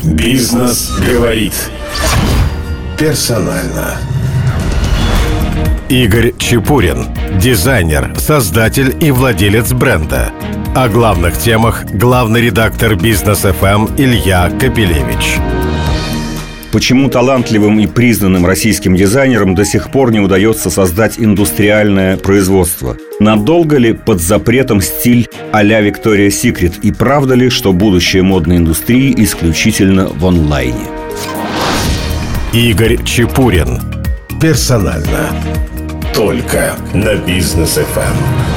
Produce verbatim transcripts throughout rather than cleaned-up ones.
Бизнес говорит. Персонально. Игорь Чепурин. Дизайнер, создатель и владелец бренда. О главных темах главный редактор Бизнес эф эм Илья Капелевич. Почему талантливым и признанным российским дизайнерам до сих пор не удается создать индустриальное производство? Надолго ли под запретом стиль а-ля Victoria's Secret? И правда ли, что будущее модной индустрии исключительно в онлайне? Игорь Чепурин. Персонально. Только на Бизнес эф эм.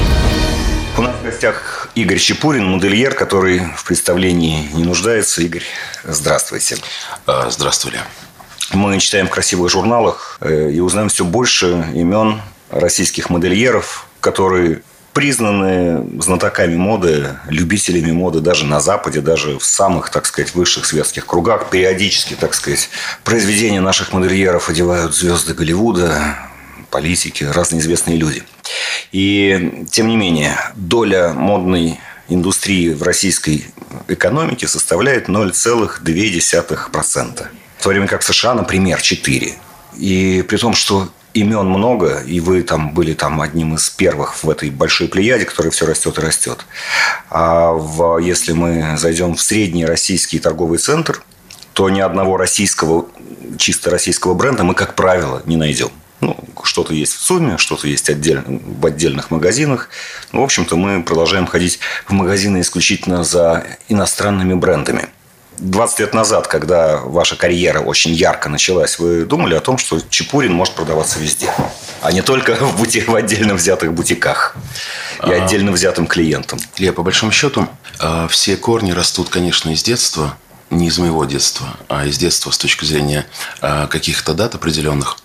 У нас в гостях Игорь Чепурин, модельер, который в представлении не нуждается. Игорь, здравствуйте. Здравствуйте. Мы читаем в красивых журналах и узнаем все больше имен российских модельеров, которые признаны знатоками моды, любителями моды даже на Западе, даже в самых, так сказать, высших светских кругах. Периодически, так сказать, произведения наших модельеров одевают звезды Голливуда, политики, разные известные люди. И, тем не менее, доля модной индустрии в российской экономике составляет ноль целых две десятых процента. В то время как в США, например, четыре процента. И при том, что имен много, и вы там были там одним из первых в этой большой плеяде, которая все растет и растет. А в, если мы зайдем в средний российский торговый центр, то ни одного российского, чисто российского бренда мы, как правило, не найдем. Ну, что-то есть в ЦУМе, что-то есть отдель... в отдельных магазинах. Ну, в общем-то, мы продолжаем ходить в магазины исключительно за иностранными брендами. двадцать лет назад, когда ваша карьера очень ярко началась, вы думали о том, что Чепурин может продаваться везде, а не только в, бути... в отдельно взятых бутиках и а... отдельно взятым клиентам? Илья, по большому счету, все корни растут, конечно, из детства. Не из моего детства, а из детства с точки зрения каких-то дат определенных.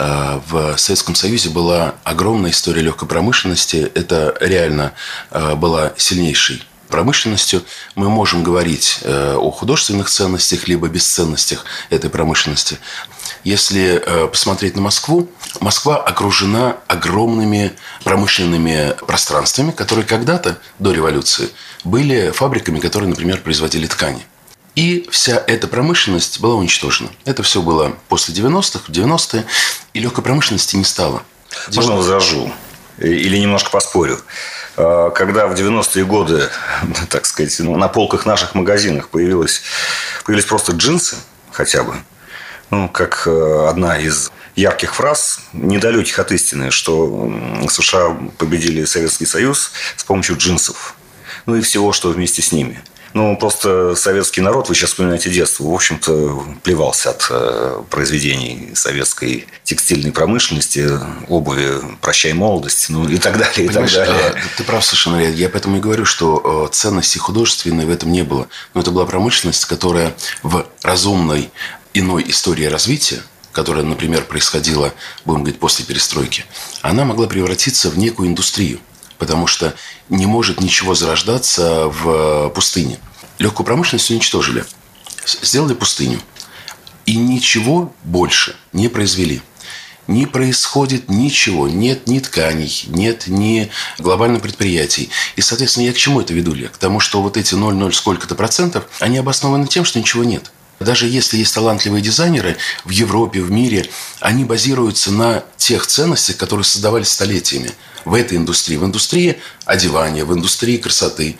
В Советском Союзе была огромная история легкой промышленности. Это реально была сильнейшей промышленностью. Мы можем говорить о художественных ценностях, либо бесценностях этой промышленности. Если посмотреть на Москву, Москва окружена огромными промышленными пространствами, которые когда-то, до революции, были фабриками, которые, например, производили ткани. И вся эта промышленность была уничтожена. Это все было после девяностых, в девяностые. И легкой промышленности не стало. Можно возражу? Или немножко поспорю? Когда в девяностые годы, так сказать, на полках наших магазинов появилось, появились просто джинсы хотя бы, ну, как одна из ярких фраз, недалеких от истины, что США победили Советский Союз с помощью джинсов. Ну и всего, что вместе с ними. Ну, просто советский народ, вы сейчас вспоминаете детство, в общем-то, плевался от э, произведений советской текстильной промышленности, обуви «Прощай, молодость», ну и так далее, и так далее. Ты прав совершенно. Я поэтому и говорю, что ценности художественной в этом не было. Но это была промышленность, которая в разумной иной истории развития, которая, например, происходила, будем говорить, после перестройки, она могла превратиться в некую индустрию. Потому что не может ничего зарождаться в пустыне. Легкую промышленность уничтожили. Сделали пустыню. И ничего больше не произвели. Не происходит ничего. Нет ни тканей, нет ни глобальных предприятий. И, соответственно, я к чему это веду, Илья? К тому, что вот эти ноль целых сколько-то процентов, они обоснованы тем, что ничего нет. Даже если есть талантливые дизайнеры в Европе, в мире, они базируются на тех ценностях, которые создавались столетиями в этой индустрии. В индустрии одевания, в индустрии красоты.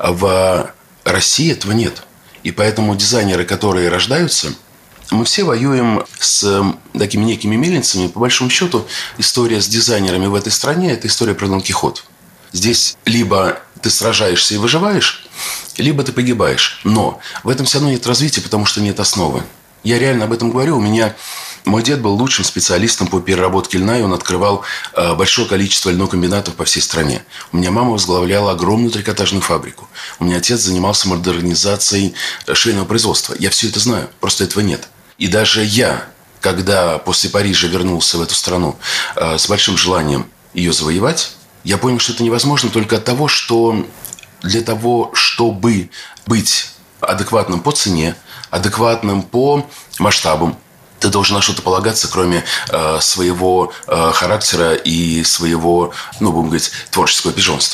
В России этого нет. И поэтому дизайнеры, которые рождаются, мы все воюем с такими некими мельницами. По большому счету, история с дизайнерами в этой стране – это история про Дон Кихот. Здесь либо ты сражаишься и выживаешь, либо ты погибаешь. Но в этом все равно нет развития, потому что нет основы. Я реально об этом говорю. У меня мой дед был лучшим специалистом по переработке льна, и он открывал э, большое количество льнокомбинатов по всей стране. У меня мама возглавляла огромную трикотажную фабрику. У меня отец занимался модернизацией швейного производства. Я все это знаю, просто этого нет. И даже я, когда после Парижа вернулся в эту страну э, с большим желанием ее завоевать, я понял, что это невозможно только от того, что для того, чтобы быть адекватным по цене, адекватным по масштабам, ты должен на что-то полагаться, кроме э, своего э, характера и своего, ну, будем говорить, творческого пижонства.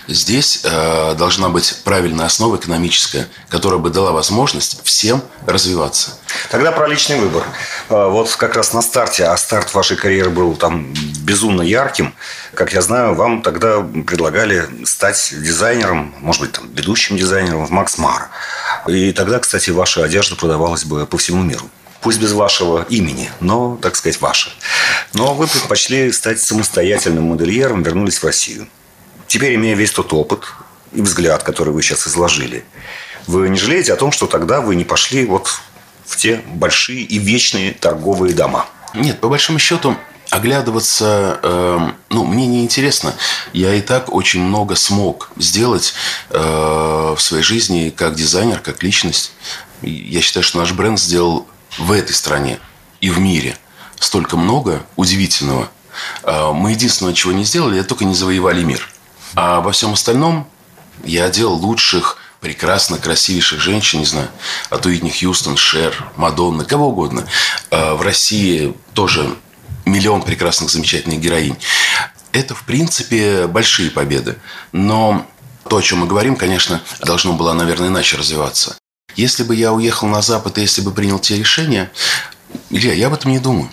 Здесь э, должна быть правильная основа экономическая, которая бы дала возможность всем развиваться. Тогда про личный выбор. Вот как раз на старте, а старт вашей карьеры был там безумно ярким. Как я знаю, вам тогда предлагали стать дизайнером, может быть, там, ведущим дизайнером в Max Mara. И тогда, кстати, ваша одежда продавалась бы по всему миру. Пусть без вашего имени, но, так сказать, ваша. Но вы предпочли стать самостоятельным модельером, вернулись в Россию. Теперь, имея весь тот опыт и взгляд, который вы сейчас изложили, вы не жалеете о том, что тогда вы не пошли вот в те большие и вечные торговые дома? Нет, по большому счету, оглядываться, э, ну, мне не интересно. Я и так очень много смог сделать э, в своей жизни как дизайнер, как личность. Я считаю, что наш бренд сделал в этой стране и в мире столько много удивительного. Э, мы единственное, чего не сделали, это только не завоевали мир. А во всем остальном я делал лучших, прекрасно, красивейших женщин, не знаю, от Уитни Хьюстон, Шер, Мадонны, кого угодно. В России тоже миллион прекрасных, замечательных героинь. Это, в принципе, большие победы. Но то, о чем мы говорим, конечно, должно было, наверное, иначе развиваться. Если бы я уехал на Запад, и если бы принял те решения, Илья, я об этом не думаю.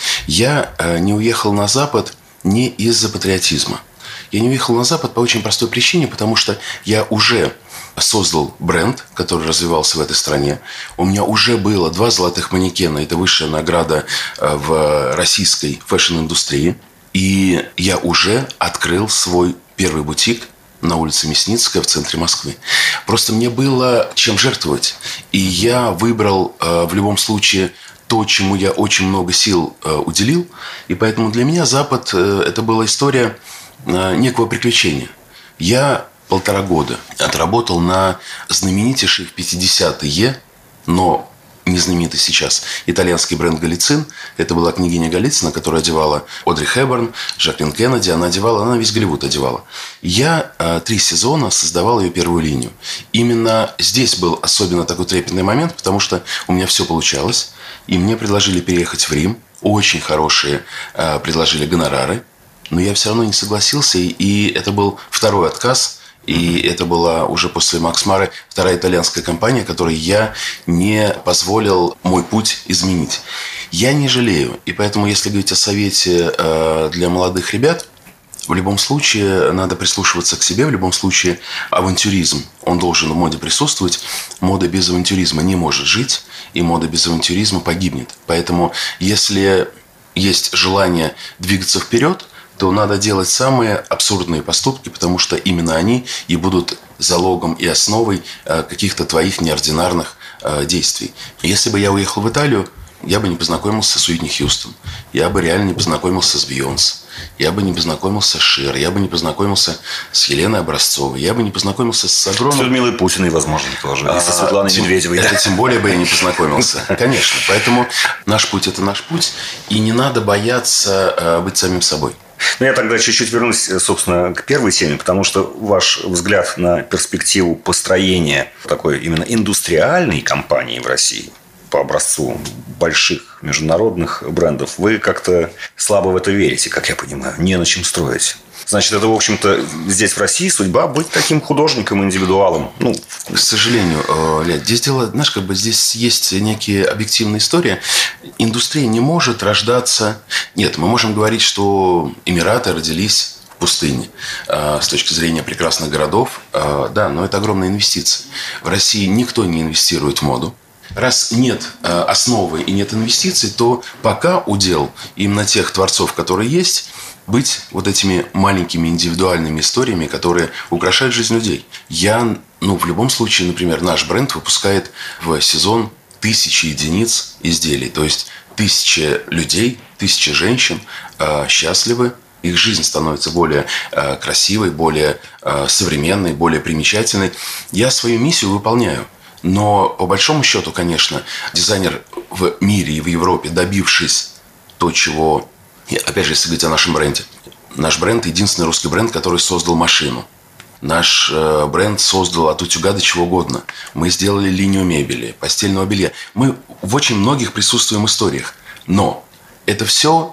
Я не уехал на Запад не из-за патриотизма. Я не уехал на Запад по очень простой причине, потому что я уже создал бренд, который развивался в этой стране. У меня уже было два золотых манекена. Это высшая награда в российской фэшн-индустрии. И я уже открыл свой первый бутик на улице Мясницкая в центре Москвы. Просто мне было чем жертвовать. И я выбрал в любом случае то, чему я очень много сил уделил. И поэтому для меня Запад – это была история некого приключения. Я полтора года отработал на знаменитейший в пятидесятые, но не знаменитый сейчас, итальянский бренд «Голицин». Это была княгиня Голицына, которая одевала Одри Хепберн, Жаклин Кеннеди. Она одевала, она весь Голливуд одевала. Я э, три сезона создавал ее первую линию. Именно здесь был особенно такой трепетный момент, потому что у меня все получалось. И мне предложили переехать в Рим. Очень хорошие э, предложили гонорары. Но я все равно не согласился, и это был второй отказ. И это была уже после Max Mara вторая итальянская компания, которой я не позволил мой путь изменить. Я не жалею. И поэтому, если говорить о совете для молодых ребят, в любом случае надо прислушиваться к себе. В любом случае авантюризм, он должен в моде присутствовать. Мода без авантюризма не может жить, и мода без авантюризма погибнет. Поэтому, если есть желание двигаться вперед, то надо делать самые абсурдные поступки, потому что именно они и будут залогом и основой каких-то твоих неординарных действий. Если бы я уехал в Италию, я бы не познакомился с Уитни Хьюстон, я бы реально не познакомился с Бейонсе, я бы не познакомился с Шер, я бы не познакомился с Еленой Образцовой, я бы не познакомился с огромным... С Людмилой Путиной, возможно, тоже, и со Светланой тем, Медведевой. Это тем более бы я не познакомился, конечно. Поэтому наш путь – это наш путь, и не надо бояться быть самим собой. Ну, я тогда чуть-чуть вернусь, собственно, к первой теме, потому что ваш взгляд на перспективу построения такой именно индустриальной компании в России по образцу больших международных брендов, вы как-то слабо в это верите, как я понимаю, не на чем строить. Значит, это, в общем-то, здесь, в России, судьба быть таким художником, индивидуалом. Ну, к сожалению, Лед, здесь дело, знаешь, как бы здесь есть некие объективные истории. Индустрия не может рождаться... Нет, мы можем говорить, что Эмираты родились в пустыне с точки зрения прекрасных городов. Да, но это огромная инвестиция. В России никто не инвестирует в моду. Раз нет основы и нет инвестиций, то пока удел именно тех творцов, которые есть, быть вот этими маленькими индивидуальными историями, которые украшают жизнь людей. Я, ну, в любом случае, например, наш бренд выпускает в сезон тысячи единиц изделий. То есть тысячи людей, тысячи женщин э, счастливы. Их жизнь становится более э, красивой, более э, современной, более примечательной. Я свою миссию выполняю. Но по большому счету, конечно, дизайнер в мире и в Европе, добившись то, чего... И опять же, если говорить о нашем бренде. Наш бренд – единственный русский бренд, который создал машину. Наш э, бренд создал от утюга до чего угодно. Мы сделали линию мебели, постельного белья. Мы в очень многих присутствуем историях. Но это все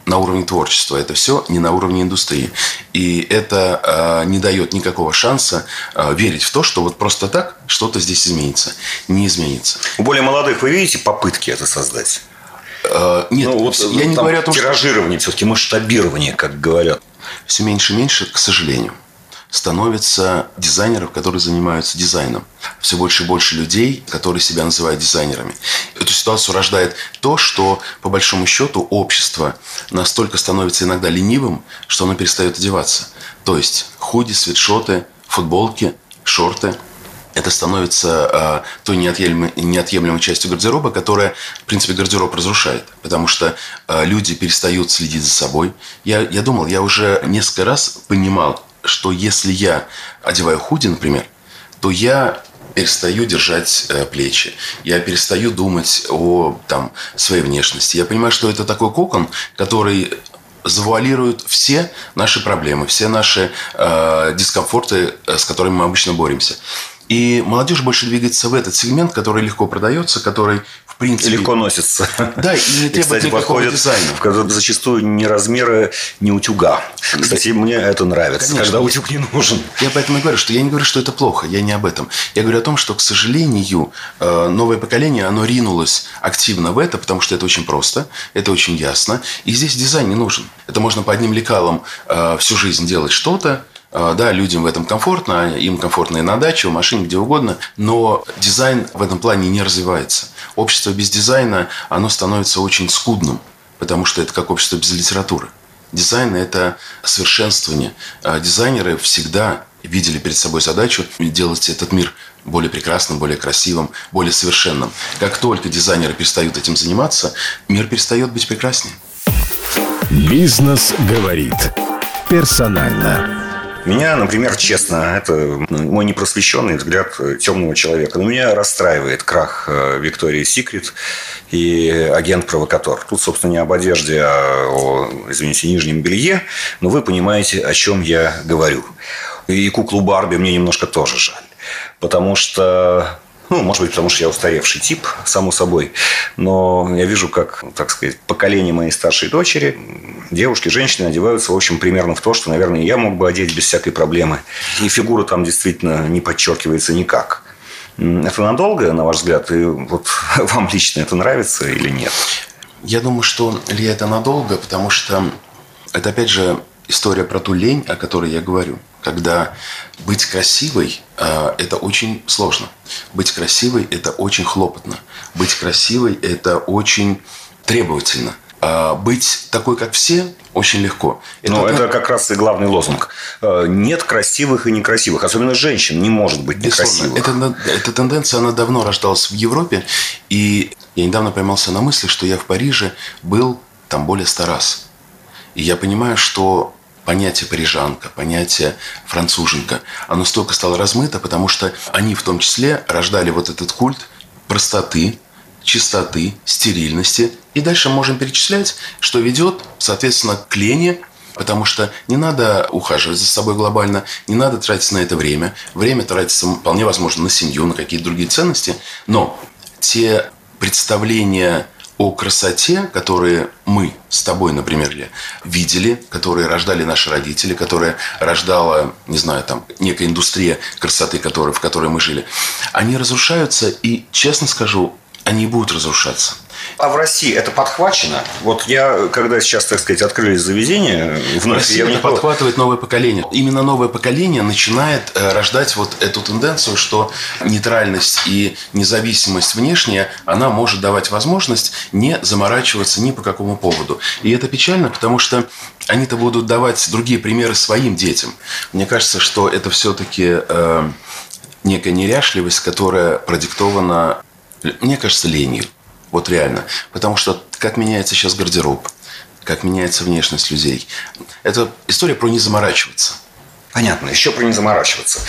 на уровне творчества. Это все не на уровне индустрии. И это э, не дает никакого шанса э, верить в то, что вот просто так что-то здесь изменится. Не изменится. У более молодых вы видите попытки это создать? Э, нет, ну, вот, я не говорю о том, тиражирование, что... все-таки масштабирование, как говорят. Все меньше и меньше, к сожалению, становится дизайнеров, которые занимаются дизайном. Все больше и больше людей, которые себя называют дизайнерами. Эту ситуацию рождает то, что, по большому счету, общество настолько становится иногда ленивым, что оно перестает одеваться. То есть худи, свитшоты, футболки, шорты. Это становится э, той неотъемлемой, неотъемлемой частью гардероба, которая, в принципе, гардероб разрушает. Потому что э, люди перестают следить за собой. Я, я думал, я уже несколько раз понимал, что если я одеваю худи, например, то я перестаю держать э, плечи, я перестаю думать о там, своей внешности. Я понимаю, что это такой кокон, который завуалирует все наши проблемы, все наши э, дискомфорты, с которыми мы обычно боремся. И молодежь больше двигается в этот сегмент, который легко продается, который, в принципе... Легко носится. Да, и не требует никакого дизайна. В зачастую ни размеры, ни утюга. Кстати, мне это нравится, конечно, когда утюг не нужен. Я поэтому и говорю, что я не говорю, что это плохо, я не об этом. Я говорю о том, что, к сожалению, новое поколение, оно ринулось активно в это, потому что это очень просто, это очень ясно. И здесь дизайн не нужен. Это можно по одним лекалам всю жизнь делать что-то. Да, людям в этом комфортно, им комфортно и на даче, в машине, где угодно, но дизайн в этом плане не развивается. Общество без дизайна, оно становится очень скудным, потому что это как общество без литературы. Дизайн – это совершенствование. Дизайнеры всегда видели перед собой задачу делать этот мир более прекрасным, более красивым, более совершенным. Как только дизайнеры перестают этим заниматься, мир перестает быть прекраснее. Бизнес говорит персонально. Меня, например, честно, это мой непросвещенный взгляд темного человека. Но меня расстраивает крах Victoria's Secret и агент-провокатор. Тут, собственно, не об одежде, а о, извините, нижнем белье. Но вы понимаете, о чем я говорю. И куклу Барби мне немножко тоже жаль. Потому что... Ну, может быть, потому что я устаревший тип, само собой. Но я вижу, как, так сказать, поколение моей старшей дочери, девушки, женщины одеваются, в общем, примерно в то, что, наверное, я мог бы одеть без всякой проблемы. И фигура там действительно не подчеркивается никак. Это надолго, на ваш взгляд? И вот вам лично это нравится или нет? Я думаю, что, Илья, это надолго, потому что это, опять же, история про ту лень, о которой я говорю. Когда быть красивой э, – это очень сложно. Быть красивой – это очень хлопотно. Быть красивой – это очень требовательно. А быть такой, как все, очень легко. Это, Но это как раз и главный лозунг. Нет красивых и некрасивых. Особенно женщин не может быть некрасивых. Это, эта тенденция, она давно рождалась в Европе. И я недавно поймался на мысли, что я в Париже был там более ста раз. И я понимаю, что понятие парижанка, понятие француженка, оно столько стало размыто, потому что они в том числе рождали вот этот культ простоты, чистоты, стерильности. И дальше можем перечислять, что ведет, соответственно, к лени, потому что не надо ухаживать за собой глобально, не надо тратить на это время. Время тратится вполне возможно на семью, на какие-то другие ценности. Но те представления о красоте, которые мы с тобой, например, видели, которые рождали наши родители, которые рождала, не знаю, там, некая индустрия красоты, который, в которой мы жили, они разрушаются, и, честно скажу, они будут разрушаться. А в России это подхвачено? Вот я, когда сейчас, так сказать, открылись заведения, вновь... В России это никого... подхватывает новое поколение. Именно новое поколение начинает э, рождать вот эту тенденцию, что нейтральность и независимость внешняя, она может давать возможность не заморачиваться ни по какому поводу. И это печально, потому что они-то будут давать другие примеры своим детям. Мне кажется, что это все-таки э, некая неряшливость, которая продиктована, мне кажется, ленью. Вот реально. Потому что как меняется сейчас гардероб, как меняется внешность людей. Это история про не заморачиваться. Понятно. Еще про не заморачиваться.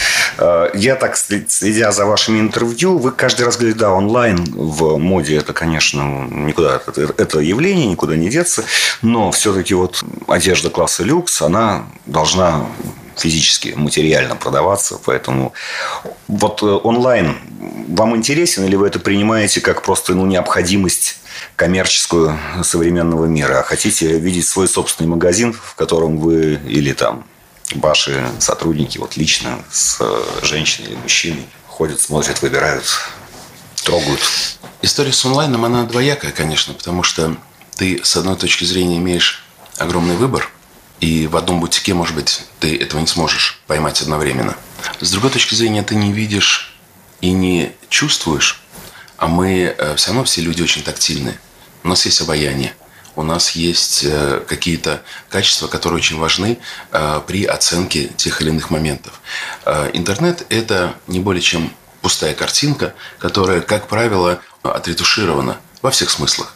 Я так, следя за вашими интервью, вы каждый раз говорите, да, онлайн в моде это, конечно, никуда, это, это явление, никуда не деться. Но все-таки вот одежда класса люкс, она должна физически, материально продаваться. Поэтому вот онлайн вам интересен или вы это принимаете как просто ну, необходимость коммерческую современного мира, а хотите видеть свой собственный магазин, в котором вы или там ваши сотрудники вот лично с женщиной или мужчиной ходят, смотрят, выбирают, трогают? История с онлайном, она двоякая, конечно, потому что ты, с одной точки зрения, имеешь огромный выбор, и в одном бутике, может быть, ты этого не сможешь поймать одновременно. С другой точки зрения, ты не видишь и не чувствуешь, а мы все равно все люди очень тактильные. У нас есть обаяние, у нас есть какие-то качества, которые очень важны при оценке тех или иных моментов. Интернет – это не более чем пустая картинка, которая, как правило, отретуширована во всех смыслах.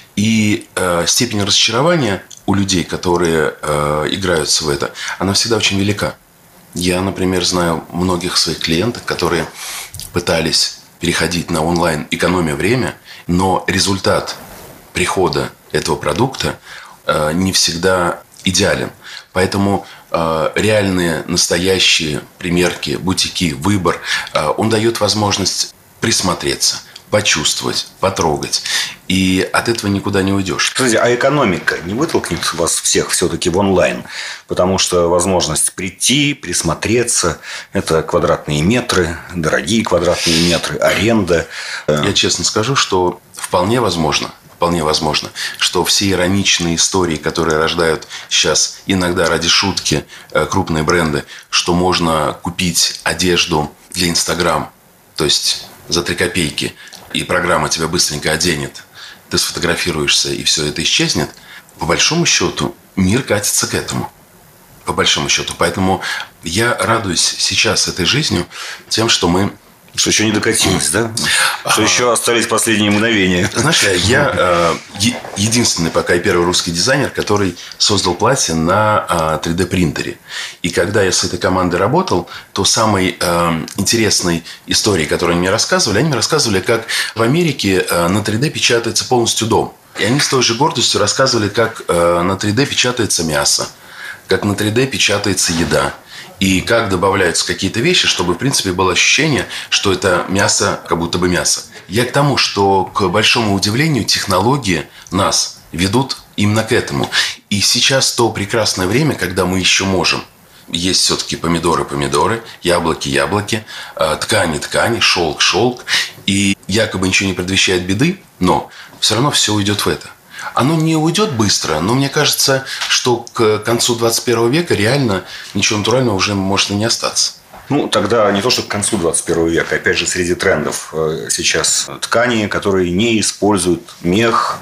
И э, степень разочарования у людей, которые э, играются в это, она всегда очень велика. Я, например, знаю многих своих клиентов, которые пытались переходить на онлайн, экономя время, но результат прихода этого продукта э, не всегда идеален. Поэтому э, реальные, настоящие примерки, бутики, выбор, э, он дает возможность присмотреться, почувствовать, потрогать. И от этого никуда не уйдешь. Скажите, а экономика не вытолкнет вас всех все-таки в онлайн? Потому что возможность прийти, присмотреться, это квадратные метры, дорогие квадратные метры, аренда. Я честно скажу, что вполне возможно, вполне возможно, что все ироничные истории, которые рождают сейчас иногда ради шутки крупные бренды, что можно купить одежду для Инстаграм, то есть за три копейки, и программа тебя быстренько оденет, ты сфотографируешься, и все это исчезнет, по большому счету мир катится к этому. По большому счету. Поэтому я радуюсь сейчас этой жизнью тем, что мы... Что еще не докатилось, да? Что еще остались последние мгновения. Знаешь, я э, единственный пока и первый русский дизайнер, который создал платье на э, три дэ принтере. И когда я с этой командой работал, то самой э, интересной историей, которую они мне рассказывали, они мне рассказывали, как в Америке э, на три дэ печатается полностью дом. И они с той же гордостью рассказывали, как э, на три дэ печатается мясо, как на три дэ печатается еда. И как добавляются какие-то вещи, чтобы, в принципе, было ощущение, что это мясо, как будто бы мясо. Я к тому, что, к большому удивлению, технологии нас ведут именно к этому. И сейчас то прекрасное время, когда мы еще можем есть все-таки помидоры-помидоры, яблоки-яблоки, ткани-ткани, шелк-шелк. И якобы ничего не предвещает беды, но все равно все уйдет в это. Оно не уйдет быстро, но мне кажется, что к концу двадцать первого века реально ничего натурального уже может и не остаться. Ну, тогда не то, что к концу двадцать первого века. Опять же, среди трендов сейчас ткани, которые не используют мех,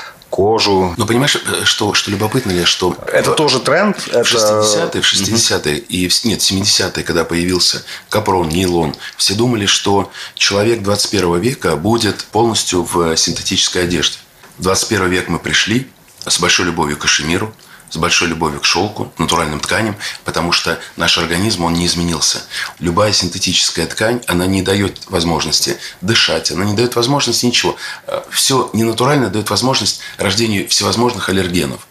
кожу. Но понимаешь, что, что любопытно ли, что... Это в, тоже тренд? В это... шестидесятые, в шестидесятые угу. и в, нет, в семидесятые, когда появился капрон, нейлон, все думали, что человек двадцать первого века будет полностью в синтетической одежде. В двадцать первый век мы пришли с большой любовью к кашемиру, с большой любовью к шелку, натуральным тканям, потому что наш организм, он не изменился. Любая синтетическая ткань, она не дает возможности дышать, она не дает возможности ничего. Все ненатуральное дает возможность рождению всевозможных аллергенов.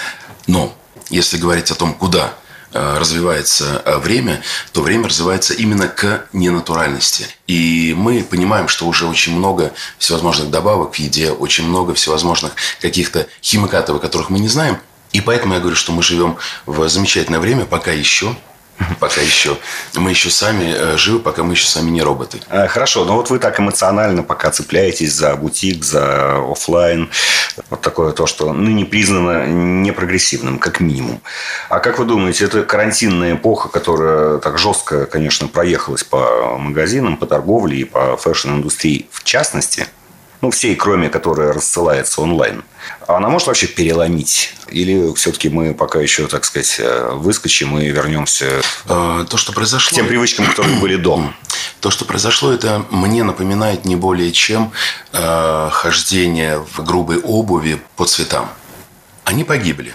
Но если говорить о том, куда развивается время, то время развивается именно к ненатуральности. И мы понимаем, что уже очень много всевозможных добавок в еде, очень много всевозможных каких-то химикатов, о которых мы не знаем. И поэтому я говорю, что мы живем в замечательное время, пока еще, пока еще, мы еще сами живы, пока мы еще сами не роботы. Хорошо, но вот вы так эмоционально пока цепляетесь за бутик, за офлайн. Вот такое то, что ныне признано непрогрессивным, как минимум. А как вы думаете, это карантинная эпоха, которая так жестко, конечно, проехалась по магазинам, по торговле и по фэшн-индустрии в частности, ну, всей, кроме которой рассылается онлайн, она может вообще переломить? Или все-таки мы пока еще, так сказать, выскочим и вернемся то, что произошло... к тем привычкам, которые были до? То, что произошло, это мне напоминает не более чем э, хождение в грубой обуви по цветам. Они погибли.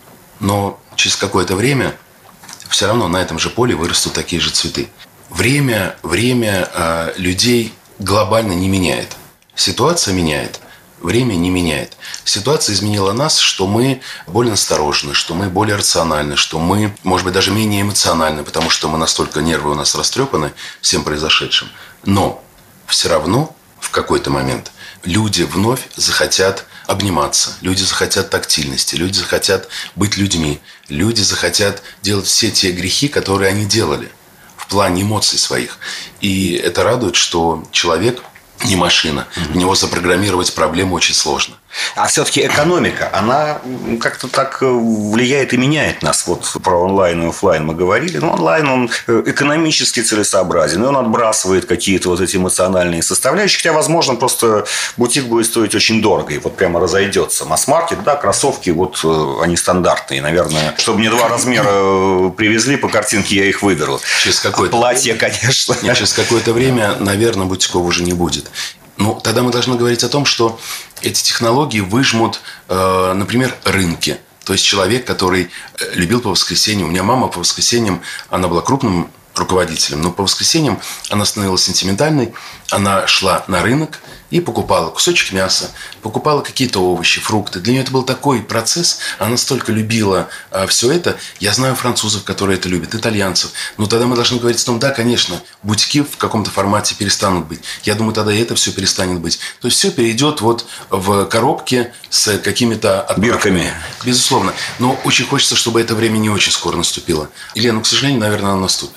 Но через какое-то время все равно на этом же поле вырастут такие же цветы. Время, время э, людей глобально не меняет. Ситуация меняет. время не меняет. Ситуация изменила нас, что мы более насторожены, что мы более рациональны, что мы, может быть, даже менее эмоциональны, потому что мы настолько нервы у нас растрепаны всем произошедшим. Но все равно в какой-то момент люди вновь захотят обниматься, люди захотят тактильности, люди захотят быть людьми, люди захотят делать все те грехи, которые они делали в плане эмоций своих. И это радует, что человек не машина. В него запрограммировать проблему очень сложно. А все-таки экономика, она как-то так влияет и меняет нас. Вот про онлайн и офлайн мы говорили. Но онлайн, он экономически целесообразен. И он отбрасывает какие-то вот эти эмоциональные составляющие. Хотя, возможно, просто бутик будет стоить очень дорого. И вот прямо разойдется. Масс-маркет, да, кроссовки, вот они стандартные. Наверное, чтобы мне два размера привезли, по картинке я их выберу. Через какое-то Платье, время, конечно. Нет, через какое-то время, наверное, бутиков уже не будет. Ну, тогда мы должны говорить о том, что эти технологии выжмут, э, например, рынки. То есть человек, который любил по воскресеньям. У меня мама по воскресеньям, она была крупным руководителем, но по воскресеньям она становилась сентиментальной. Она шла на рынок и покупала кусочек мяса, покупала какие-то овощи, фрукты. Для нее это был такой процесс. Она настолько любила а, все это. Я знаю французов, которые это любят, итальянцев. Но тогда мы должны говорить о том, да, конечно, бутики в каком-то формате перестанут быть. Я думаю, тогда и это все перестанет быть. То есть все перейдет вот в коробке с какими-то бирками. Безусловно. Но очень хочется, чтобы это время не очень скоро наступило. Елена, к сожалению, наверное, оно наступит.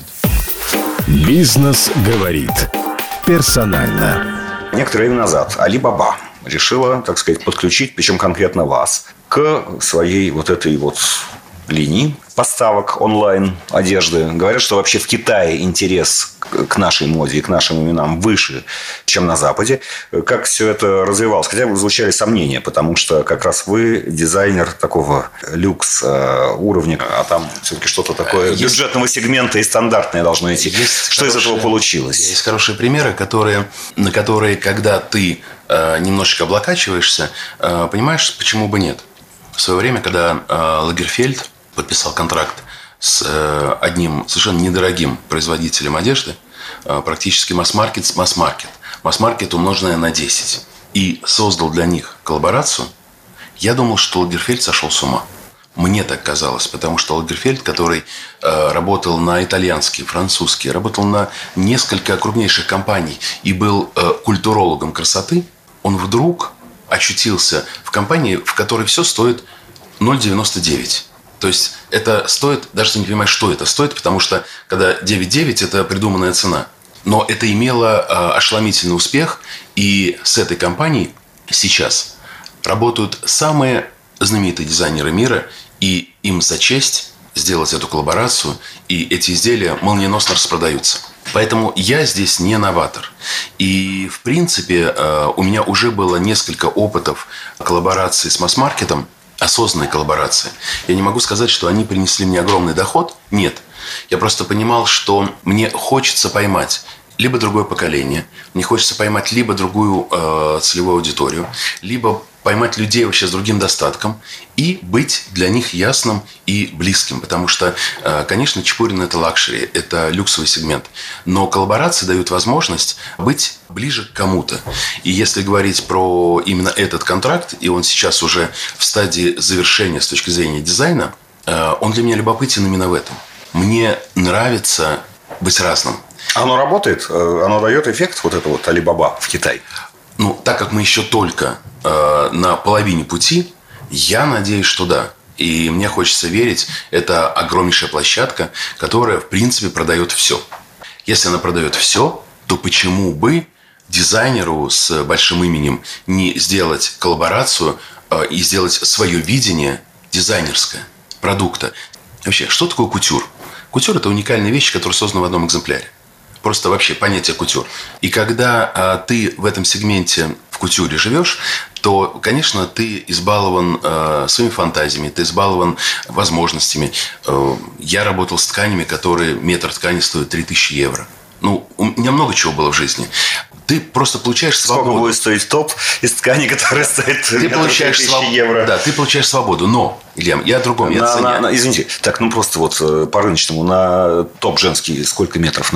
Бизнес говорит персонально. Некоторое время назад Alibaba решила, так сказать, подключить, причем конкретно вас, к своей вот этой вот линии поставок онлайн одежды. Говорят, что вообще в Китае интерес к нашей моде и к нашим именам выше, чем на Западе. Как все это развивалось? Хотя бы звучали сомнения, потому что как раз вы дизайнер такого люкс уровня, а там все-таки что-то такое есть, бюджетного сегмента и стандартное должно идти. Есть что хорошие, из этого получилось? Есть хорошие примеры, которые, на которые, когда ты э, немножечко облокачиваешься, э, понимаешь, почему бы нет. В свое время, когда э, Лагерфельд подписал контракт с э, одним совершенно недорогим производителем одежды, э, практически масс-маркет, масс-маркет, масс-маркет умноженное на десять, и создал для них коллаборацию, я думал, что Лагерфельд сошел с ума. Мне так казалось, потому что Лагерфельд, который э, работал на итальянские, французские, работал на несколько крупнейших компаний и был э, культурологом красоты, он вдруг очутился в компании, в которой все стоит ноль девяносто девять. То есть это стоит, даже ты не понимаешь, что это стоит, потому что когда девять девять – это придуманная цена. Но это имело э, ошеломительный успех, и с этой компанией сейчас работают самые знаменитые дизайнеры мира, и им за честь сделать эту коллаборацию, и эти изделия молниеносно распродаются. Поэтому я здесь не новатор. И, в принципе, у меня уже было несколько опытов коллаборации с масс-маркетом, осознанной коллаборации. Я не могу сказать, что они принесли мне огромный доход. Нет. Я просто понимал, что мне хочется поймать либо другое поколение, мне хочется поймать либо другую э, целевую аудиторию, либо поймать людей вообще с другим достатком и быть для них ясным и близким. Потому что, э, конечно, Чепурин – это лакшери, это люксовый сегмент. Но коллаборации дают возможность быть ближе к кому-то. И если говорить про именно этот контракт, и он сейчас уже в стадии завершения с точки зрения дизайна, э, он для меня любопытен именно в этом. Мне нравится быть разным. Оно работает? Оно дает эффект, вот это вот Alibaba в Китае? Ну, так как мы еще только э, на половине пути, я надеюсь, что да. И мне хочется верить, это огромнейшая площадка, которая, в принципе, продает все. Если она продает все, то почему бы дизайнеру с большим именем не сделать коллаборацию э, и сделать свое видение дизайнерское продукта? Вообще, что такое кутюр? Кутюр – это уникальная вещь, которая создана в одном экземпляре. Просто вообще понятие кутюр. И когда а, ты в этом сегменте в кутюре живешь, то, конечно, ты избалован а, своими фантазиями, ты избалован возможностями. А, я работал с тканями, которые метр ткани стоит три тысячи евро. Ну, у меня много чего было в жизни. Ты просто получаешь свободу. Сколько будет стоить топ из ткани, которая стоит ты получаешь своб... евро? Да, ты получаешь свободу. Но, Илья, я о другом. Я на, на, на, извините, так, ну просто вот по рыночному на топ женский сколько метров надо?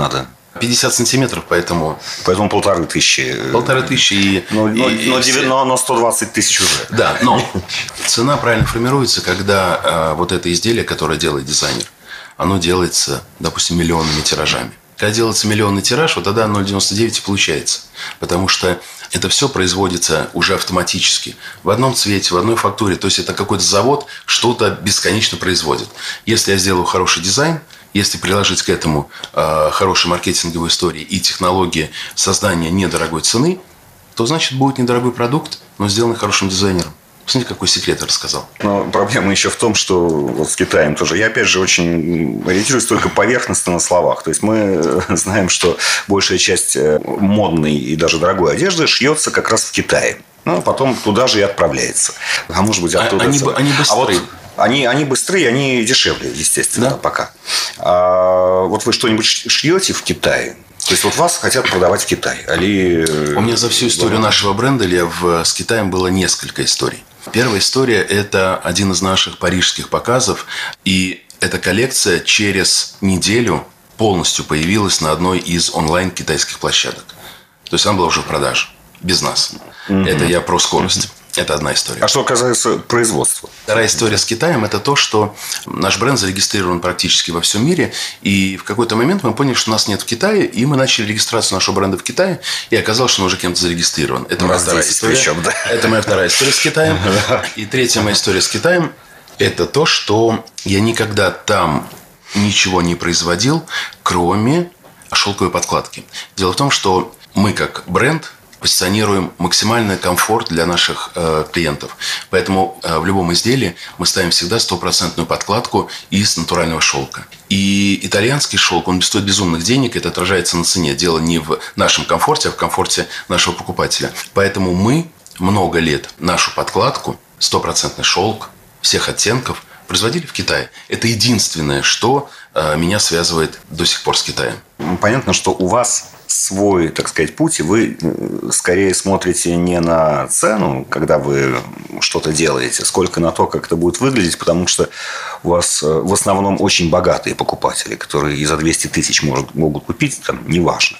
пятьдесят сантиметров, поэтому... Поэтому полторы тысячи. Полторы тысячи и... Но, но, и, но, и все... но, но сто двадцать тысяч уже. Да, но цена правильно формируется, когда а, вот это изделие, которое делает дизайнер, оно делается, допустим, миллионными тиражами. Когда делается миллионный тираж, вот тогда ноль девяносто девять и получается. Потому что это все производится уже автоматически. В одном цвете, в одной фактуре. То есть, это какой-то завод что-то бесконечно производит. Если я сделаю хороший дизайн, если приложить к этому э, хорошие маркетинговые истории и технологии создания недорогой цены, то, значит, будет недорогой продукт, но сделанный хорошим дизайнером. Посмотрите, какой секрет я рассказал. Но проблема еще в том, что вот с Китаем тоже. Я, опять же, очень ориентируюсь только поверхностно на словах. То есть, мы знаем, что большая часть модной и даже дорогой одежды шьется как раз в Китае. Ну, а потом туда же и отправляется. А может быть, оттуда... А, они, они быстрее. А вот они, они быстрее, они дешевле, естественно, да? пока. А вот вы что-нибудь шьете в Китае? То есть, вот вас хотят продавать в Китай. Али... У меня за всю историю нашего бренда в, с Китаем было несколько историй. Первая история – это один из наших парижских показов. И эта коллекция через неделю полностью появилась на одной из онлайн-китайских площадок. То есть, она была уже в продаже. Без нас. Mm-hmm. Это я про скорость. Mm-hmm. Это одна история. А что касается производства? Вторая история с Китаем – это то, что наш бренд зарегистрирован практически во всем мире. И в какой-то момент мы поняли, что нас нет в Китае. И мы начали регистрацию нашего бренда в Китае. И оказалось, что он уже кем-то зарегистрирован. Это моя вторая история. Причем, да? Это моя вторая история с Китаем. И третья моя история с Китаем – это то, что я никогда там ничего не производил, кроме шелковой подкладки. Дело в том, что мы как бренд позиционируем максимальный комфорт для наших э, клиентов. Поэтому э, в любом изделии мы ставим всегда стопроцентную подкладку из натурального шелка. И итальянский шелк, он стоит безумных денег, это отражается на цене. Дело не в нашем комфорте, а в комфорте нашего покупателя. Поэтому мы много лет нашу подкладку, стопроцентный шелк всех оттенков, производили в Китае. Это единственное, что э, меня связывает до сих пор с Китаем. Понятно, что у вас свой, так сказать, путь, и вы скорее смотрите не на цену, когда вы что-то делаете, сколько на то, как это будет выглядеть, потому что у вас в основном очень богатые покупатели, которые и за двести тысяч может, могут купить, там, неважно.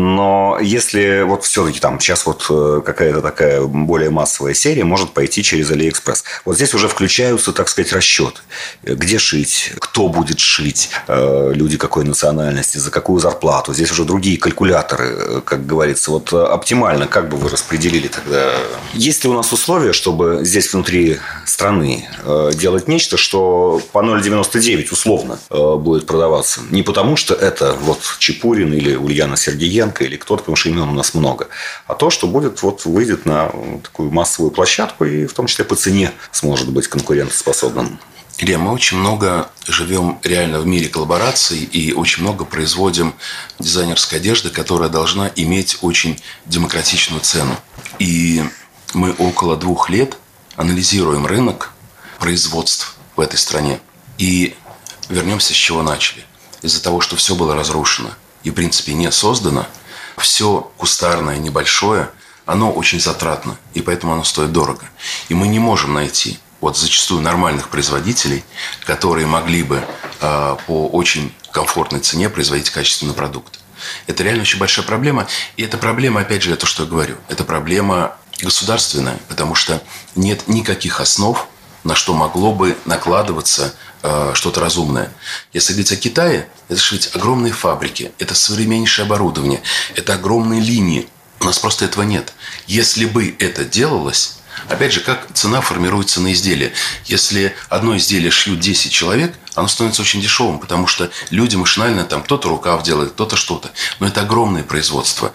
Но если вот все-таки там сейчас вот какая-то такая более массовая серия может пойти через AliExpress. Вот здесь уже включаются, так сказать, расчеты. Где шить, кто будет шить, люди какой национальности, за какую зарплату. Здесь уже другие калькуляторы, как говорится. Вот оптимально, как бы вы распределили тогда? Есть ли у нас условия, чтобы здесь внутри страны делать нечто, что по ноль девяносто девять условно будет продаваться? Не потому, что это вот Чепурин или Ульяна Сергеенко или кто-то, потому что имен у нас много, а то, что будет, вот выйдет на такую массовую площадку и в том числе по цене сможет быть конкурентоспособным. Илья, мы очень много живем реально в мире коллабораций и очень много производим дизайнерской одежды, которая должна иметь очень демократичную цену. И мы около двух лет анализируем рынок производств в этой стране. И вернемся, с чего начали. Из-за того, что все было разрушено и, в принципе, не создано, все кустарное, небольшое, оно очень затратно, и поэтому оно стоит дорого. И мы не можем найти вот зачастую нормальных производителей, которые могли бы э, по очень комфортной цене производить качественный продукт. Это реально очень большая проблема. И эта проблема, опять же, это что я говорю, это проблема государственная, потому что нет никаких основ, на что могло бы накладываться э, что-то разумное. Если говорить о Китае, это же ведь огромные фабрики, это современнейшее оборудование, это огромные линии. У нас просто этого нет. Если бы это делалось... Опять же, как цена формируется на изделие. Если одно изделие шьют десять человек, оно становится очень дешевым, потому что люди машинально, там кто-то рукав делает, кто-то что-то. Но это огромное производство.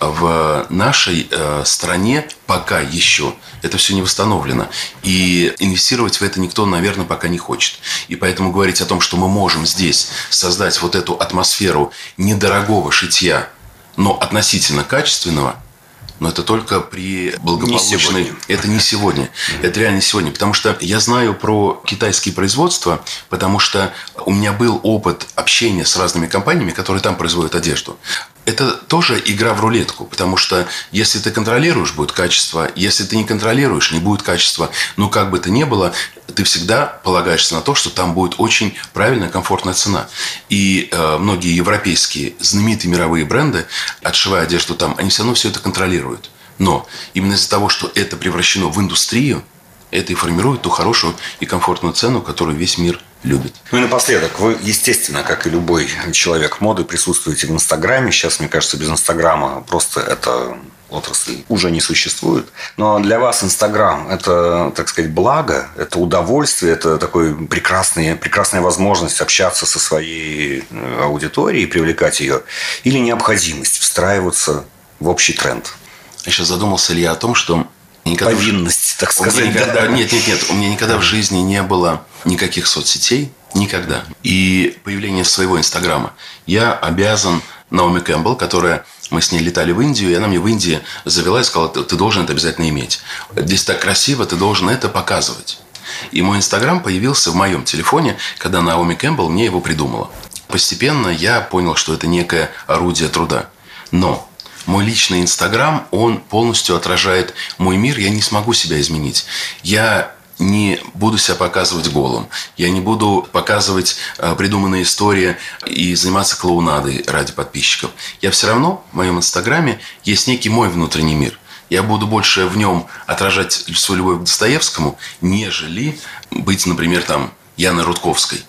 В нашей э, стране пока еще это все не восстановлено. И инвестировать в это никто, наверное, пока не хочет. И поэтому говорить о том, что мы можем здесь создать вот эту атмосферу недорогого шитья, но относительно качественного, но это только при благополучной... Не это не сегодня. Mm-hmm. Это реально не сегодня. Потому что я знаю про китайские производства, потому что у меня был опыт общения с разными компаниями, которые там производят одежду. это тоже игра в рулетку, потому что если ты контролируешь, будет качество, если ты не контролируешь, не будет качества. Но как бы то ни было, ты всегда полагаешься на то, что там будет очень правильная, комфортная цена. И э, многие европейские знаменитые мировые бренды, отшивая одежду там, они все равно все это контролируют. Но именно из-за того, что это превращено в индустрию, это и формирует ту хорошую и комфортную цену, которую весь мир любит. Ну и напоследок, вы, естественно, как и любой человек моды, присутствуете в Инстаграме. Сейчас, мне кажется, без Инстаграма просто эта отрасль уже не существует. Но для вас Инстаграм – это, так сказать, благо, это удовольствие, это такой прекрасный, прекрасная возможность общаться со своей аудиторией, привлекать ее, или необходимость встраиваться в общий тренд? Я сейчас задумался ли я о том, что никогда повинность, так сказать. Никогда, да. Нет, нет, нет. У меня никогда в жизни не было никаких соцсетей. Никогда. И появление своего Инстаграма я обязан Наоми Кэмпбелл, которая... Мы с ней летали в Индию, и она мне в Индии завела и сказала: ты должен это обязательно иметь. Здесь так красиво, ты должен это показывать. И мой Инстаграм появился в моем телефоне, когда Наоми Кэмпбелл мне его придумала. Постепенно я понял, что это некое орудие труда. Но... мой личный Инстаграм, он полностью отражает мой мир. Я не смогу себя изменить. Я не буду себя показывать голым. Я не буду показывать э, придуманные истории и заниматься клоунадой ради подписчиков. Я все равно, в моем Инстаграме есть некий мой внутренний мир. Я буду больше в нем отражать свою любовь к Достоевскому, нежели быть, например, там... Яны Рудковской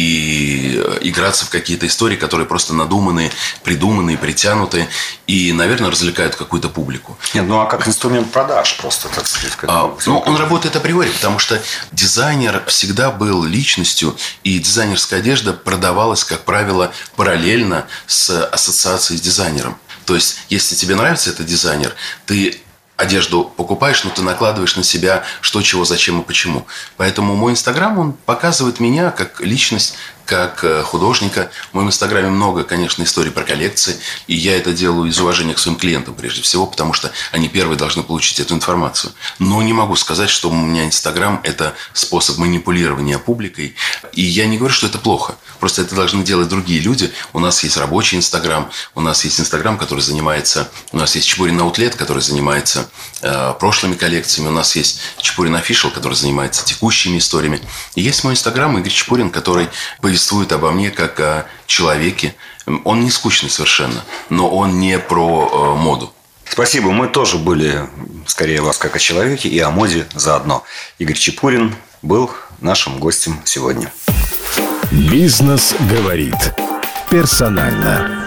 и играться в какие-то истории, которые просто надуманные, придуманные, притянутые и, наверное, развлекают какую-то публику. Нет, ну а как инструмент продаж просто, так сказать. Как а, ну, он работает априори, потому что дизайнер всегда был личностью, и дизайнерская одежда продавалась, как правило, параллельно с ассоциацией с дизайнером. То есть, если тебе нравится этот дизайнер, ты... одежду покупаешь, но ты накладываешь на себя что, чего, зачем и почему. Поэтому мой Инстаграм, он показывает меня как личность, как художника. В моем Инстаграме много, конечно, историй про коллекции. И я это делаю из уважения к своим клиентам, прежде всего, потому что они первые должны получить эту информацию. Но не могу сказать, что у меня Инстаграм – это способ манипулирования публикой. И я не говорю, что это плохо. Просто это должны делать другие люди. У нас есть рабочий Инстаграм. У нас есть Инстаграм, который занимается... У нас есть Чепурин Аутлет, который занимается э, прошлыми коллекциями. У нас есть Чепурин Official, который занимается текущими историями. И есть мой Инстаграм Игорь Чепурин, который повествует обо мне как о человеке. Он не скучный совершенно, но он не про э, моду. Спасибо. Мы тоже были скорее о вас как о человеке и о моде заодно. Игорь Чепурин был нашим гостем сегодня. Бизнес говорит персонально.